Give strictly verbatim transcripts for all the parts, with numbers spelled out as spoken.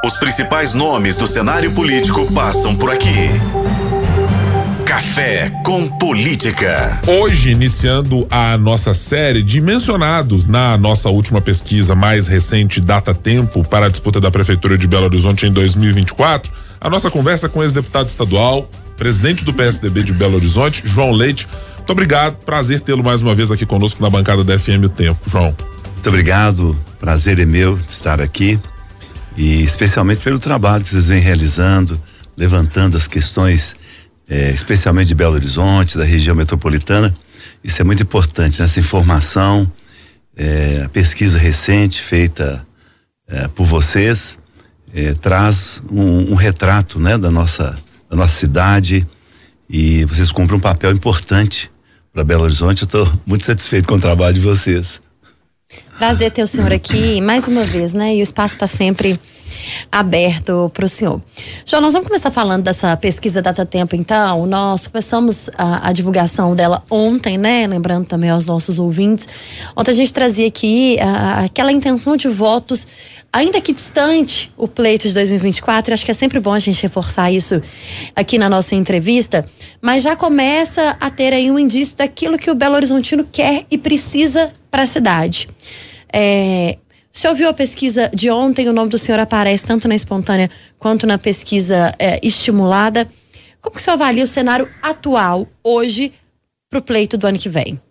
Os principais nomes do cenário político passam por aqui. Café com Política. Hoje, iniciando a nossa série de mencionados na nossa última pesquisa mais recente, Data Tempo, para a disputa da Prefeitura de Belo Horizonte em dois mil e vinte e quatro, a nossa conversa com o ex-deputado estadual, presidente do P S D B de Belo Horizonte, João Leite. Muito obrigado, prazer tê-lo mais uma vez aqui conosco na bancada da F M O Tempo, João. Muito obrigado, prazer é meu de estar aqui e especialmente pelo trabalho que vocês vêm realizando, levantando as questões É, especialmente de Belo Horizonte, da região metropolitana. Isso é muito importante, né? Essa informação, é, a pesquisa recente feita é, por vocês é, traz um, um retrato, né, da nossa, da nossa cidade, e vocês cumprem um papel importante para Belo Horizonte. Eu estou muito satisfeito com o trabalho de vocês. Prazer ter o senhor aqui mais uma vez, né? E o espaço está sempre aberto para o senhor. João, nós vamos começar falando dessa pesquisa Data Tempo, então. Nós começamos a, a divulgação dela ontem, né? Lembrando também aos nossos ouvintes. Ontem a gente trazia aqui a, aquela intenção de votos, ainda que distante o pleito de dois mil e vinte e quatro. Acho que é sempre bom a gente reforçar isso aqui na nossa entrevista, mas já começa a ter aí um indício daquilo que o Belo Horizontino quer e precisa para a cidade. É, o senhor viu a pesquisa de ontem, o nome do senhor aparece tanto na espontânea quanto na pesquisa é, estimulada. Como que o senhor avalia o cenário atual hoje para o pleito do ano que vem?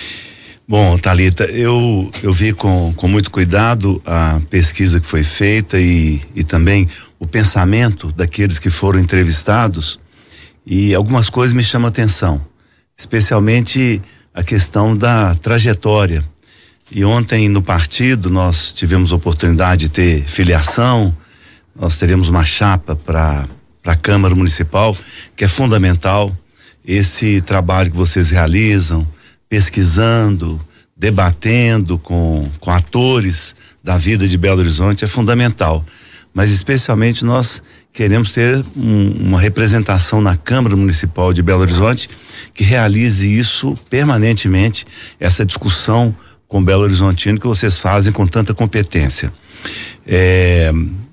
Bom, Thalita, eu, eu vi com, com muito cuidado a pesquisa que foi feita e, e também o pensamento daqueles que foram entrevistados, e algumas coisas me chamam a atenção, especialmente a questão da trajetória. E ontem no partido nós tivemos a oportunidade de ter filiação, nós teremos uma chapa para para a Câmara Municipal, que é fundamental. Esse trabalho que vocês realizam, pesquisando, debatendo com, com atores da vida de Belo Horizonte é fundamental. Mas especialmente nós queremos ter um, uma representação na Câmara Municipal de Belo Horizonte que realize isso permanentemente, essa discussão com Belo Horizontino que vocês fazem com tanta competência. É,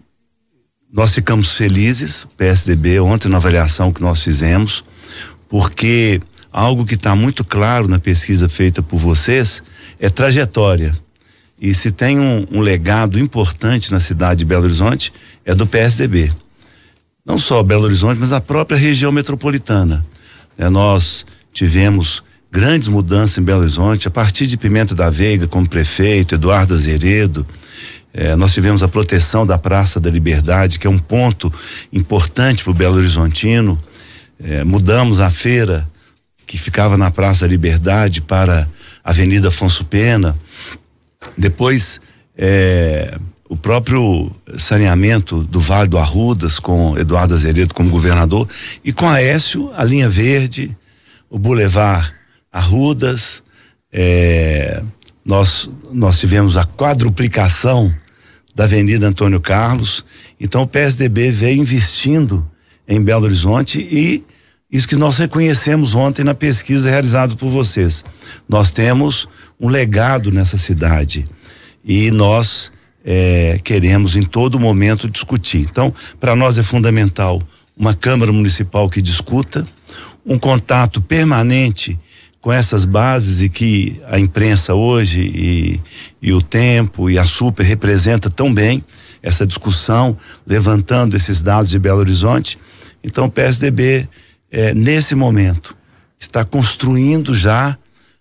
nós ficamos felizes, P S D B, ontem na avaliação que nós fizemos, porque algo que está muito claro na pesquisa feita por vocês é trajetória. E se tem um, um legado importante na cidade de Belo Horizonte, é do P S D B. Não só Belo Horizonte, mas a própria região metropolitana. É, nós tivemos grandes mudanças em Belo Horizonte, a partir de Pimenta da Veiga como prefeito, Eduardo Azeredo. É, nós tivemos a proteção da Praça da Liberdade, que é um ponto importante para o Belo Horizontino. É, mudamos a feira que ficava na Praça da Liberdade para a Avenida Afonso Pena. Depois, é, o próprio saneamento do Vale do Arrudas com Eduardo Azeredo como governador, e com Aécio, a linha verde, o Boulevard Arrudas, é, nós, nós tivemos a quadruplicação da Avenida Antônio Carlos. Então o P S D B veio investindo em Belo Horizonte, e isso que nós reconhecemos ontem na pesquisa realizada por vocês. Nós temos um legado nessa cidade e nós é, queremos em todo momento discutir. Então, para nós é fundamental uma Câmara Municipal que discuta, um contato permanente com essas bases, e que a imprensa hoje e, e o Tempo e a Super representa tão bem essa discussão, levantando esses dados de Belo Horizonte. Então o P S D B É, nesse momento, está construindo já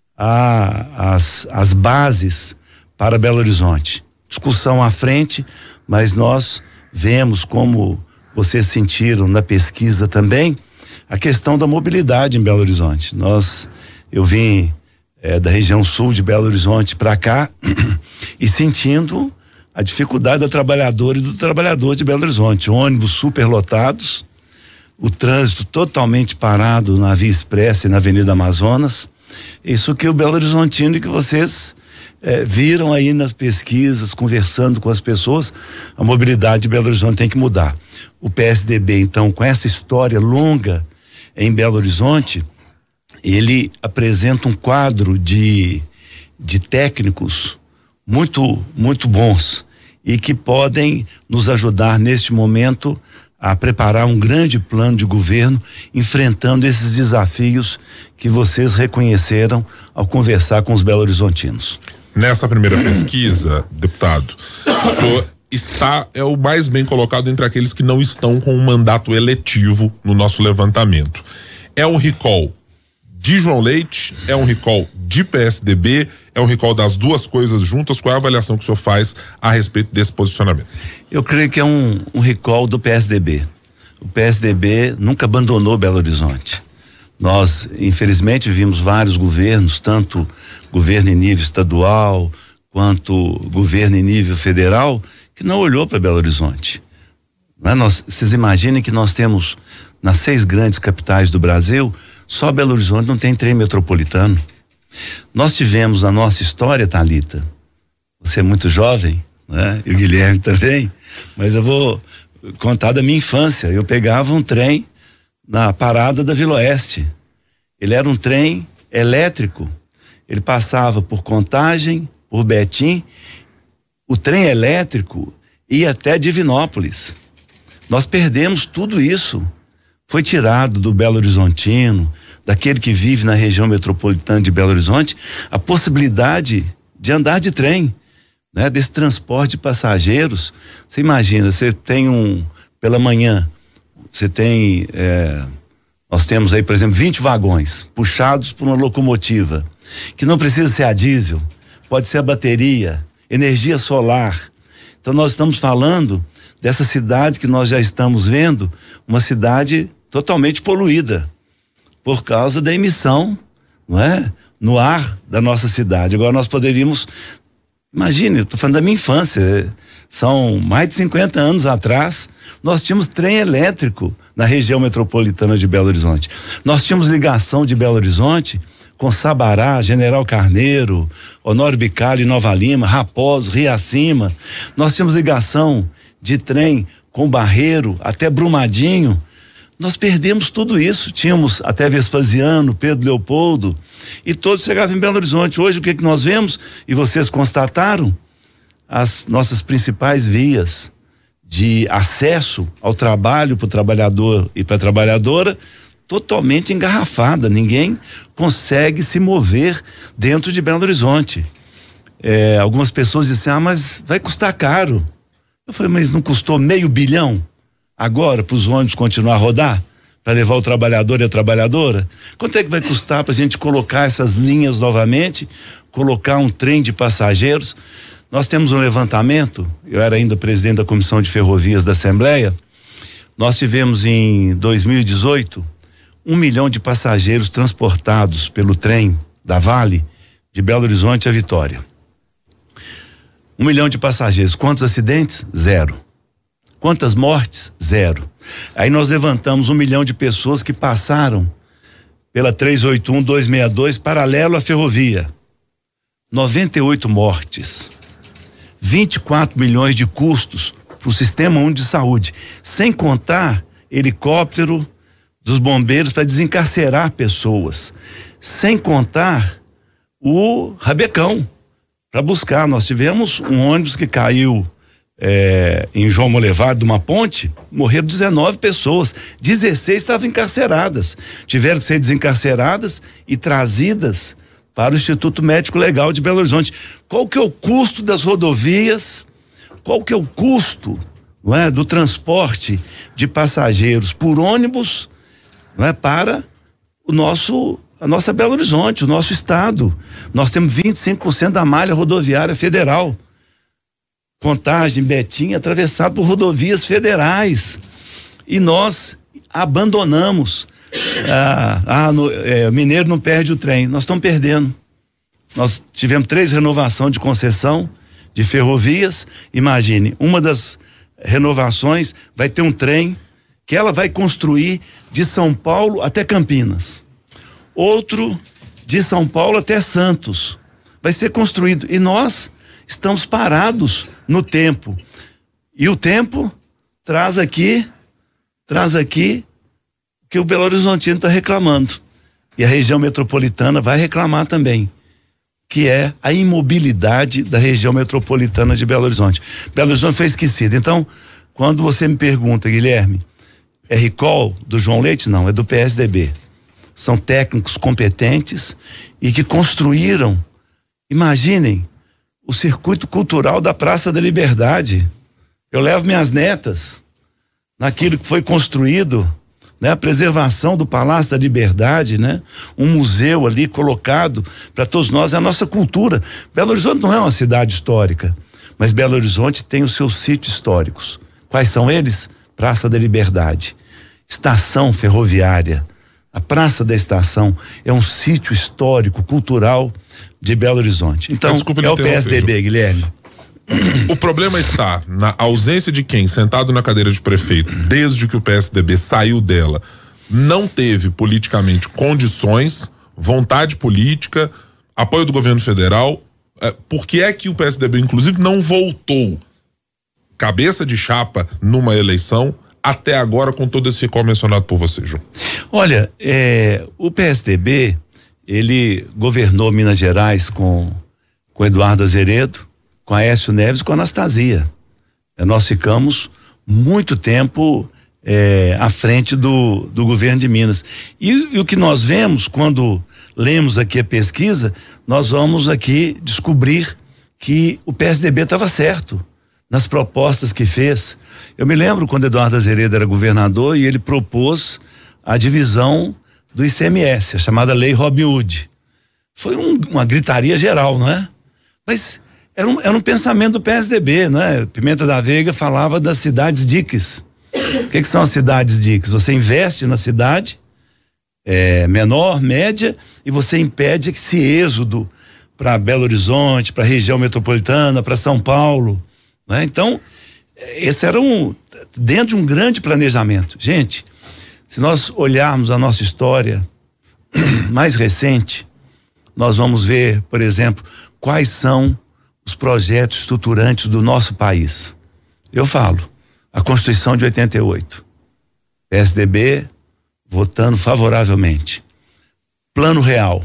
a, as, as bases para Belo Horizonte. Discussão à frente, mas nós vemos, como vocês sentiram na pesquisa também, a questão da mobilidade em Belo Horizonte. Nós, eu vim é, da região sul de Belo Horizonte para cá e sentindo a dificuldade da trabalhadora e do trabalhador de Belo Horizonte. Ônibus superlotados, o trânsito totalmente parado na Via Expressa e na Avenida Amazonas. Isso que o Belo Horizontino e que vocês eh, viram aí nas pesquisas, conversando com as pessoas, a mobilidade de Belo Horizonte tem que mudar. O P S D B, então, com essa história longa em Belo Horizonte, ele apresenta um quadro de, de técnicos muito, muito bons. e que podem nos ajudar neste momento a preparar um grande plano de governo enfrentando esses desafios que vocês reconheceram ao conversar com os belo-horizontinos. Nessa primeira pesquisa, deputado, o senhor está, é o mais bem colocado entre aqueles que não estão com um mandato eletivo no nosso levantamento. É um recall de João Leite, é um recall de P S D B, é um recall das duas coisas juntas? Qual é a avaliação que o senhor faz a respeito desse posicionamento? Eu creio que é um, um recall do P S D B. O P S D B nunca abandonou Belo Horizonte. Nós, infelizmente, vimos vários governos, tanto governo em nível estadual quanto governo em nível federal, que não olhou para Belo Horizonte. Não é? Nós, vocês imaginem que nós temos nas seis grandes capitais do Brasil, só Belo Horizonte não tem trem metropolitano. Nós tivemos na nossa história, Thalita, você é muito jovem, né? E o Guilherme também, mas eu vou contar da minha infância. Eu pegava um trem na parada da Vila Oeste. Ele era um trem elétrico. Ele passava por Contagem, por Betim. O trem elétrico ia até Divinópolis. Nós perdemos tudo isso. Foi tirado do Belo Horizontino, daquele que vive na região metropolitana de Belo Horizonte, a possibilidade de andar de trem, né? Desse transporte de passageiros. Você imagina, você tem um, pela manhã, você tem, é, nós temos aí, por exemplo, vinte vagões puxados por uma locomotiva, que não precisa ser a diesel, pode ser a bateria, energia solar. Então nós estamos falando dessa cidade que nós já estamos vendo, uma cidade totalmente poluída por causa da emissão, não é? No ar da nossa cidade. Agora nós poderíamos, imagine, eu tô falando da minha infância, são mais de cinquenta anos atrás, nós tínhamos trem elétrico na região metropolitana de Belo Horizonte. Nós tínhamos ligação de Belo Horizonte com Sabará, General Carneiro, Honório Bicalho, Nova Lima, Raposo, Riacima. Nós tínhamos ligação de trem com Barreiro até Brumadinho. Nós perdemos tudo isso. Tínhamos até Vespasiano, Pedro Leopoldo, e todos chegavam em Belo Horizonte. Hoje o que que nós vemos, e vocês constataram, as nossas principais vias de acesso ao trabalho para o trabalhador e para a trabalhadora totalmente engarrafada. Ninguém consegue se mover dentro de Belo Horizonte. É, algumas pessoas dizem, ah, mas vai custar caro. Eu falei, mas não custou meio bilhão agora para os ônibus continuar a rodar? Para levar o trabalhador e a trabalhadora? Quanto é que vai custar para a gente colocar essas linhas novamente, colocar um trem de passageiros? Nós temos um levantamento, eu era ainda presidente da Comissão de Ferrovias da Assembleia, nós tivemos em dois mil e dezoito um milhão de passageiros transportados pelo trem da Vale de Belo Horizonte a Vitória. Um milhão de passageiros. Quantos acidentes? Zero. Quantas mortes? Zero. Aí nós levantamos um milhão de pessoas que passaram pela trezentos e oitenta e um, duzentos e sessenta e dois, paralelo à ferrovia. noventa e oito mortes. vinte e quatro milhões de custos para o Sistema Único de Saúde, sem contar helicóptero dos bombeiros para desencarcerar pessoas, sem contar o rabecão para buscar. Nós tivemos um ônibus que caiu é, em João Molevado, de uma ponte, morreram dezenove pessoas, dezesseis estavam encarceradas, tiveram que ser desencarceradas e trazidas para o Instituto Médico Legal de Belo Horizonte. Qual que é o custo das rodovias? Qual que é o custo, não é, do transporte de passageiros por ônibus, não é, para o nosso, a nossa Belo Horizonte, o nosso estado? Nós temos vinte e cinco por cento da malha rodoviária federal. Contagem, Betim, atravessado por rodovias federais. E nós abandonamos. Ah, ah no, é, mineiro não perde o trem. Nós estamos perdendo. Nós tivemos três renovações de concessão de ferrovias. Imagine, uma das renovações vai ter um trem que ela vai construir de São Paulo até Campinas. Outro de São Paulo até Santos. Vai ser construído. E nós estamos parados no tempo. E o tempo traz aqui, traz aqui que o Belo Horizontino está reclamando. E a região metropolitana vai reclamar também. que é a imobilidade da região metropolitana de Belo Horizonte. Belo Horizonte foi esquecido. Então, quando você me pergunta, Guilherme, é recall do João Leite? Não, é do P S D B. São técnicos competentes e que construíram, imaginem, o circuito cultural da Praça da Liberdade. Eu levo minhas netas naquilo que foi construído, né? A preservação do Palácio da Liberdade, né? Um museu ali colocado para todos nós, é a nossa cultura. Belo Horizonte não é uma cidade histórica, mas Belo Horizonte tem os seus sítios históricos. Quais são eles? Praça da Liberdade, estação ferroviária. A Praça da Estação é um sítio histórico, cultural de Belo Horizonte. Então, é o P S D B, Guilherme. O problema está na ausência de quem, sentado na cadeira de prefeito, desde que o P S D B saiu dela, não teve politicamente condições, vontade política, apoio do governo federal. É, por que é que o P S D B, inclusive, não voltou cabeça de chapa numa eleição até agora, com todo esse recall mencionado por você, João? Olha, é, o P S D B, ele governou Minas Gerais com, com Eduardo Azeredo, com Aécio Neves e com Anastasia. É, nós ficamos muito tempo é, à frente do, do governo de Minas. E, e o que nós vemos quando lemos aqui a pesquisa, nós vamos aqui descobrir que o P S D B estava certo nas propostas que fez. Eu me lembro quando Eduardo Azeredo era governador e ele propôs a divisão do I C M S, a chamada Lei Robin Hood. Foi um, uma gritaria geral, não é? Mas era um, era um pensamento do P S D B, não é? Pimenta da Veiga falava das cidades diques. O que, que são as cidades diques? Você investe na cidade é, menor, média, e você impede que esse êxodo para Belo Horizonte, para a região metropolitana, para São Paulo, não é? Então, esse era um, dentro de um grande planejamento. Gente, se nós olharmos a nossa história mais recente, nós vamos ver, por exemplo, quais são os projetos estruturantes do nosso país. Eu falo, a Constituição de oitenta e oito, P S D B votando favoravelmente. Plano Real,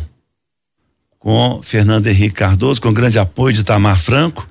com Fernando Henrique Cardoso, com grande apoio de Itamar Franco,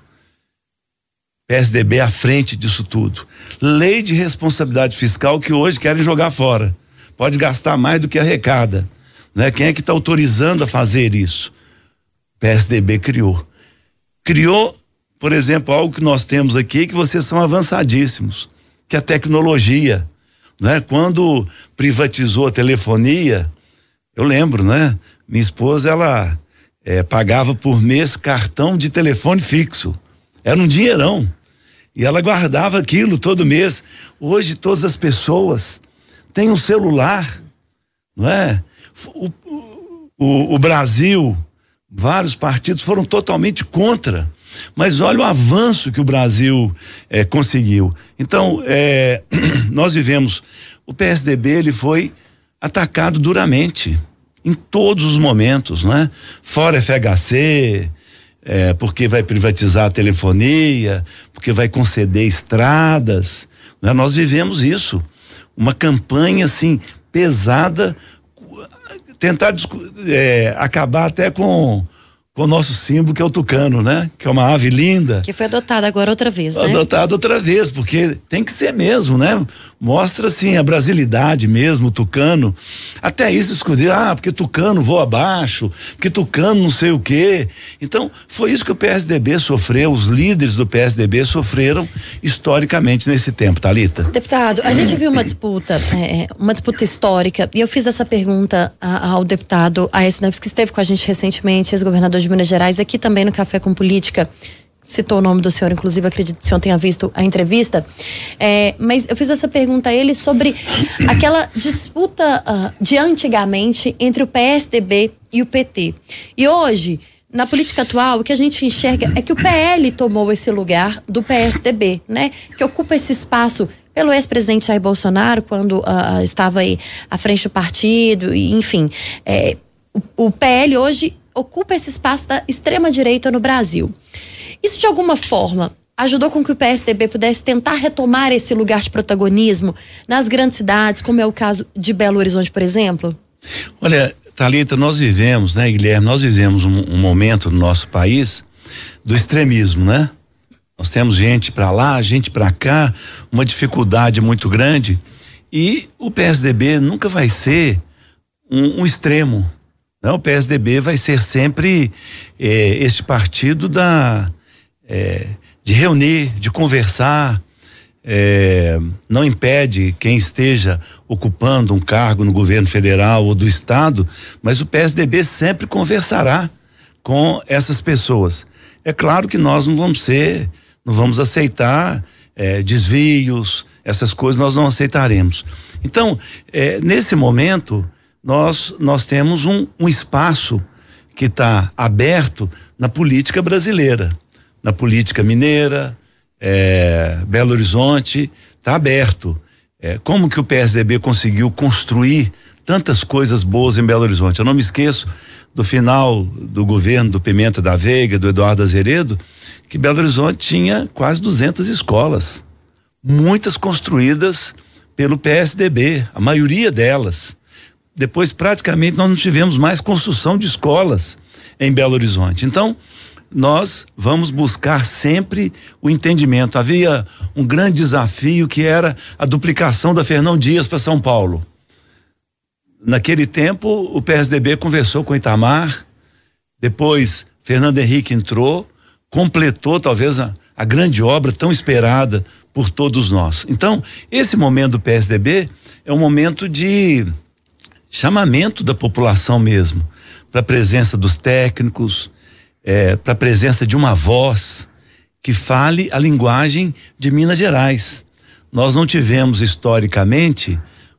P S D B à frente disso tudo. Lei de responsabilidade fiscal que hoje querem jogar fora. Pode gastar mais do que arrecada, né? Quem é que está autorizando a fazer isso? P S D B criou. Criou, por exemplo, algo que nós temos aqui, que vocês são avançadíssimos, que é a tecnologia, né? Quando privatizou a telefonia, eu lembro, né? Minha esposa, ela é, pagava por mês cartão de telefone fixo. Era um dinheirão. E ela guardava aquilo todo mês. Hoje todas as pessoas têm um celular, não é? O, o, o Brasil, vários partidos foram totalmente contra. Mas olha o avanço que o Brasil é, conseguiu. Então, é, nós vivemos, o P S D B, ele foi atacado duramente, em todos os momentos, né? Fora F H C, É, porque vai privatizar a telefonia, porque vai conceder estradas, né? Nós vivemos isso, uma campanha assim pesada, tentar é, acabar até com com o nosso símbolo, que é o tucano, né? Que é uma ave linda. Que foi adotada agora outra vez, né? Adotada outra vez, porque tem que ser mesmo, né? Mostra, assim, a brasilidade mesmo, o tucano. Até isso escondido, ah, porque tucano voa abaixo, porque tucano não sei o quê. Então, foi isso que o P S D B sofreu, os líderes do P S D B sofreram historicamente nesse tempo, Thalita. Deputado, a gente viu uma disputa, é, uma disputa histórica, e eu fiz essa pergunta a, ao deputado Aécio Neves, que esteve com a gente recentemente, ex-governador de Minas Gerais, aqui também no Café com Política, citou o nome do senhor, inclusive acredito que o senhor tenha visto a entrevista, é, mas eu fiz essa pergunta a ele sobre aquela disputa uh, de antigamente entre o P S D B e o P T. E hoje, na política atual, o que a gente enxerga é que o P L tomou esse lugar do P S D B, né? Que ocupa esse espaço pelo ex-presidente Jair Bolsonaro, quando uh, estava aí à frente do partido, e, enfim, é, o, o P L hoje ocupa esse espaço da extrema-direita no Brasil. Isso, de alguma forma, ajudou com que o P S D B pudesse tentar retomar esse lugar de protagonismo nas grandes cidades, como é o caso de Belo Horizonte, por exemplo? Olha, Thalita, nós vivemos, né, Guilherme, nós vivemos um, um momento no nosso país do extremismo, né? Nós temos gente para lá, gente para cá, uma dificuldade muito grande, e o P S D B nunca vai ser um, um extremo, né? O P S D B vai ser sempre eh, este partido da eh, de reunir, de conversar. É, não impede quem esteja ocupando um cargo no governo federal ou do estado, mas o P S D B sempre conversará com essas pessoas. É claro que nós não vamos ser, não vamos aceitar é, desvios, essas coisas nós não aceitaremos. Então, é, nesse momento, nós nós temos um, um espaço que está aberto na política brasileira, na política mineira. É, Belo Horizonte está aberto. É, como que o P S D B conseguiu construir tantas coisas boas em Belo Horizonte? Eu não me esqueço do final do governo do Pimenta da Veiga, do Eduardo Azeredo, que Belo Horizonte tinha quase duzentas escolas, muitas construídas pelo P S D B, a maioria delas. Depois, praticamente, nós não tivemos mais construção de escolas em Belo Horizonte. Então, nós vamos buscar sempre o entendimento. Havia um grande desafio que era a duplicação da Fernão Dias para São Paulo. Naquele tempo, o P S D B conversou com Itamar, depois Fernando Henrique entrou, completou talvez a, a grande obra tão esperada por todos nós. Então, esse momento do P S D B é um momento de chamamento da população mesmo, para a presença dos técnicos, É, para a presença de uma voz que fale a linguagem de Minas Gerais. Nós não tivemos historicamente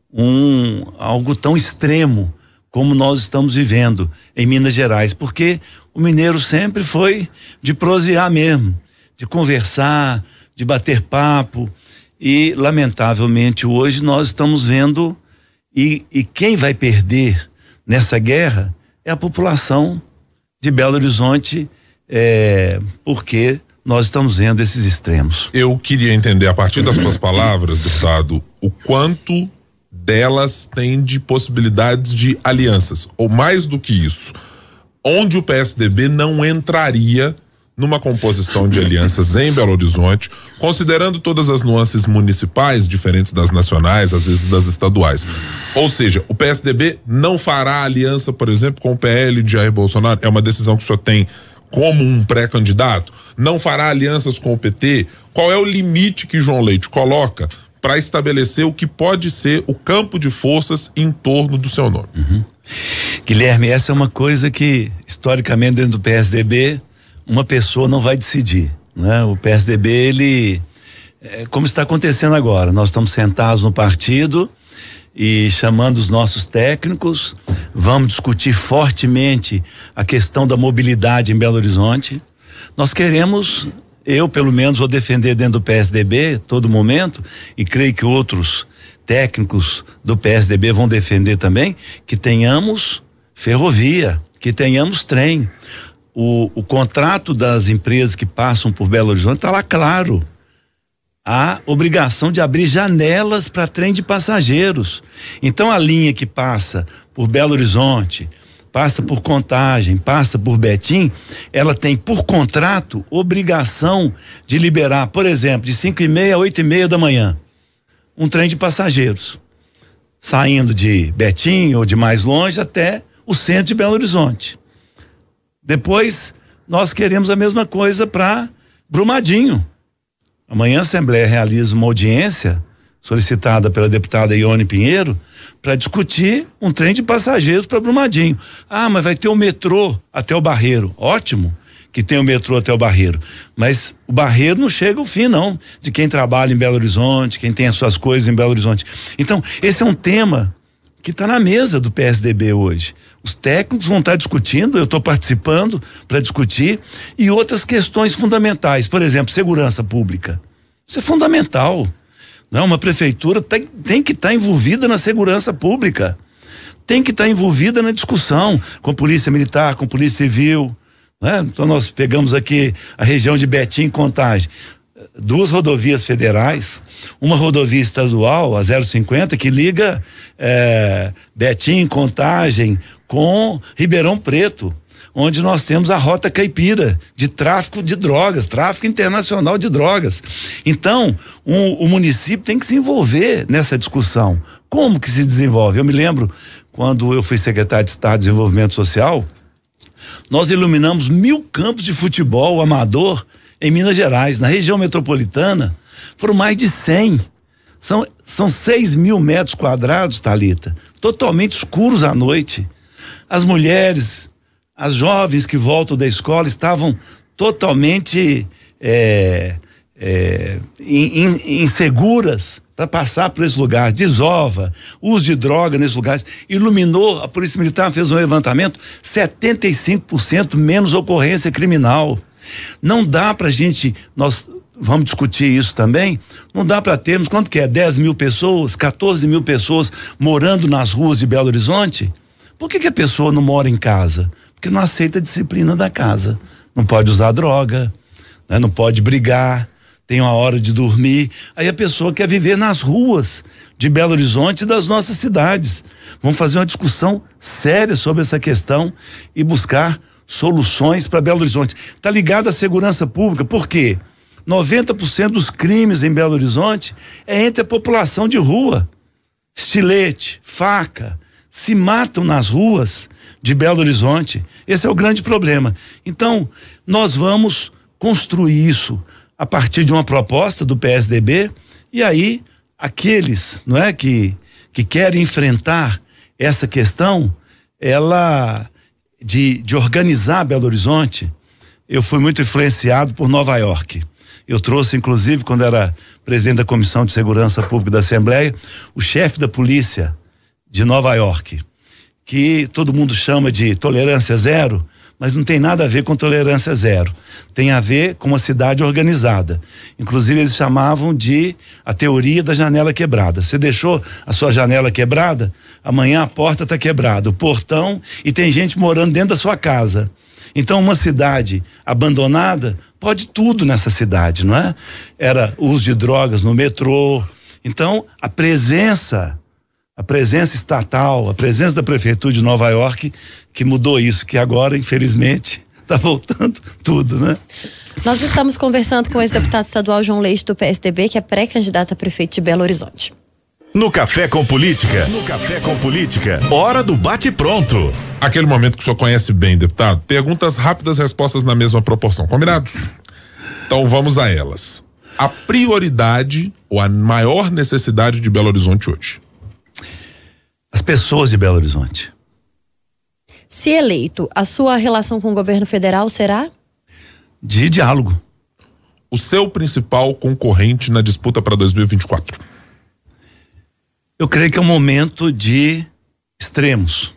um algo tão extremo como nós estamos vivendo em Minas Gerais, porque o mineiro sempre foi de prosear mesmo, de conversar, de bater papo, e lamentavelmente hoje nós estamos vendo e, e quem vai perder nessa guerra é a população de Belo Horizonte, é, porque nós estamos vendo esses extremos. Eu queria entender, a partir das suas palavras, deputado, o quanto delas têm de possibilidades de alianças, ou mais do que isso, onde o P S D B não entraria numa composição de alianças em Belo Horizonte, considerando todas as nuances municipais diferentes das nacionais, às vezes das estaduais. Ou seja, o P S D B não fará aliança, por exemplo, com o P L de Jair Bolsonaro? É uma decisão que o senhor tem como um pré-candidato? Não fará alianças com o P T? Qual é o limite que João Leite coloca para estabelecer o que pode ser o campo de forças em torno do seu nome? Uhum. Guilherme, essa é uma coisa que, historicamente, dentro do P S D B, uma pessoa não vai decidir, né? O P S D B, ele, é, como está acontecendo agora, nós estamos sentados no partido e chamando os nossos técnicos, vamos discutir fortemente a questão da mobilidade em Belo Horizonte. Nós queremos, eu pelo menos vou defender dentro do P S D B todo momento, e creio que outros técnicos do P S D B vão defender também, que tenhamos ferrovia, que tenhamos trem. O, o contrato das empresas que passam por Belo Horizonte está lá claro. Há obrigação de abrir janelas para trem de passageiros. Então a linha que passa por Belo Horizonte, passa por Contagem, passa por Betim, ela tem por contrato obrigação de liberar, por exemplo, de cinco e meia a oito e meia da manhã, um trem de passageiros, saindo de Betim ou de mais longe até o centro de Belo Horizonte. Depois, nós queremos a mesma coisa para Brumadinho. Amanhã a Assembleia realiza uma audiência solicitada pela deputada Ione Pinheiro para discutir um trem de passageiros para Brumadinho. Ah, mas vai ter o metrô até o Barreiro. Ótimo que tem o metrô até o Barreiro, mas o Barreiro não chega ao fim, não, de quem trabalha em Belo Horizonte, quem tem as suas coisas em Belo Horizonte. Então, esse é um tema que está na mesa do P S D B hoje. Os técnicos vão estar discutindo, eu estou participando para discutir, e outras questões fundamentais, por exemplo, segurança pública. Isso é fundamental. Não, uma prefeitura tem, tem que estar tá envolvida na segurança pública, tem que estar tá envolvida na discussão com a polícia militar, com a polícia civil, né? Então nós pegamos aqui a região de Betim e Contagem, duas rodovias federais, uma rodovia estadual, a zero cinquenta, que liga é, Betim, Contagem com Ribeirão Preto, onde nós temos a rota caipira de tráfico de drogas, tráfico internacional de drogas. Então, um, o município tem que se envolver nessa discussão. Como que se desenvolve? Eu me lembro quando eu fui secretário de Estado de Desenvolvimento Social, nós iluminamos mil campos de futebol amador em Minas Gerais. Na região metropolitana, foram mais de cem. São, são seis mil metros quadrados, Thalita, totalmente escuros à noite. As mulheres, as jovens que voltam da escola estavam totalmente é, é, in, in, inseguras para passar por esse lugar, desova, uso de droga nesses lugares. Iluminou, a Polícia Militar fez um levantamento, setenta e cinco por cento menos ocorrência criminal. Não dá pra gente, nós vamos discutir isso também, não dá para termos, quanto que é, dez mil pessoas, quatorze mil pessoas morando nas ruas de Belo Horizonte? Por que que a pessoa não mora em casa? Porque não aceita a disciplina da casa, não pode usar droga, né? Não pode brigar, tem uma hora de dormir, aí a pessoa quer viver nas ruas de Belo Horizonte e das nossas cidades. Vamos fazer uma discussão séria sobre essa questão e buscar soluções para Belo Horizonte. Tá ligado à segurança pública, por quê? noventa por cento dos crimes em Belo Horizonte é entre a população de rua. Estilete, faca, se matam nas ruas de Belo Horizonte. Esse é o grande problema. Então, nós vamos construir isso a partir de uma proposta do P S D B, e aí aqueles, não é, que que querem enfrentar essa questão, ela de de organizar Belo Horizonte. Eu fui muito influenciado por Nova York. Eu trouxe, inclusive, quando era presidente da Comissão de Segurança Pública da Assembleia, o chefe da polícia de Nova York, que todo mundo chama de tolerância zero, mas não tem nada a ver com tolerância zero. Tem a ver com uma cidade organizada. Inclusive, eles chamavam de a teoria da janela quebrada. Você deixou a sua janela quebrada, amanhã a porta está quebrada, o portão, e tem gente morando dentro da sua casa. Então, uma cidade abandonada pode tudo nessa cidade, não é? Era o uso de drogas no metrô. Então, a presença, a presença estatal, a presença da Prefeitura de Nova York, que mudou isso, que agora, infelizmente, está voltando tudo, né? Nós estamos conversando com o ex-deputado estadual João Leite, do P S D B, que é pré-candidato a prefeito de Belo Horizonte. No Café com Política, no Café com Política, hora do bate-pronto. Aquele momento que o senhor conhece bem, deputado, perguntas rápidas, respostas na mesma proporção, combinados? Então vamos a elas. A prioridade ou a maior necessidade de Belo Horizonte hoje? As pessoas de Belo Horizonte. Se eleito, a sua relação com o governo federal será? De diálogo. O seu principal concorrente na disputa para dois mil e vinte e quatro? Eu creio que é um momento de extremos.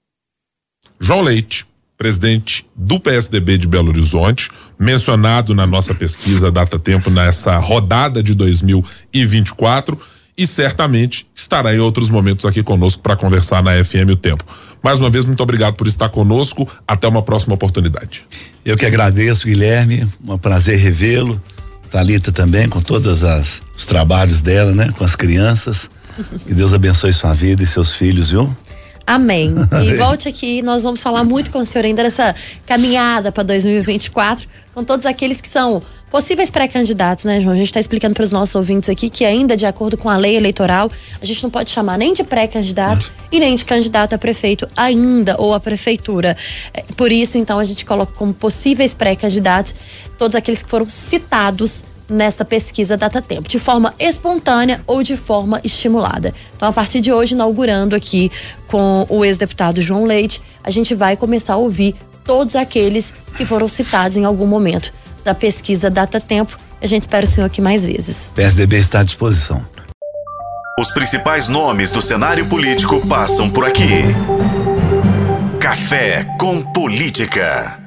João Leite, presidente do P S D B de Belo Horizonte, mencionado na nossa pesquisa Data Tempo nessa rodada de dois mil e vinte e quatro, e certamente estará em outros momentos aqui conosco para conversar na F M O Tempo. Mais uma vez, muito obrigado por estar conosco. Até uma próxima oportunidade. Eu que agradeço, Guilherme. Um prazer revê-lo. Thalita também, com todos as, os trabalhos dela, né? Com as crianças. Que Deus abençoe sua vida e seus filhos, viu? Amém. E volte aqui, nós vamos falar muito com o senhor ainda dessa caminhada para dois mil e vinte e quatro, com todos aqueles que são possíveis pré-candidatos, né, João? A gente está explicando para os nossos ouvintes aqui que ainda, de acordo com a lei eleitoral, a gente não pode chamar nem de pré-candidato é. e nem de candidato a prefeito ainda, ou a prefeitura. Por isso, então, a gente coloca como possíveis pré-candidatos todos aqueles que foram citados nesta pesquisa Data Tempo, de forma espontânea ou de forma estimulada. Então, a partir de hoje, inaugurando aqui com o ex-deputado João Leite, a gente vai começar a ouvir todos aqueles que foram citados em algum momento da pesquisa Data Tempo. A gente espera o senhor aqui mais vezes. P S D B está à disposição. Os principais nomes do cenário político passam por aqui. Café com Política.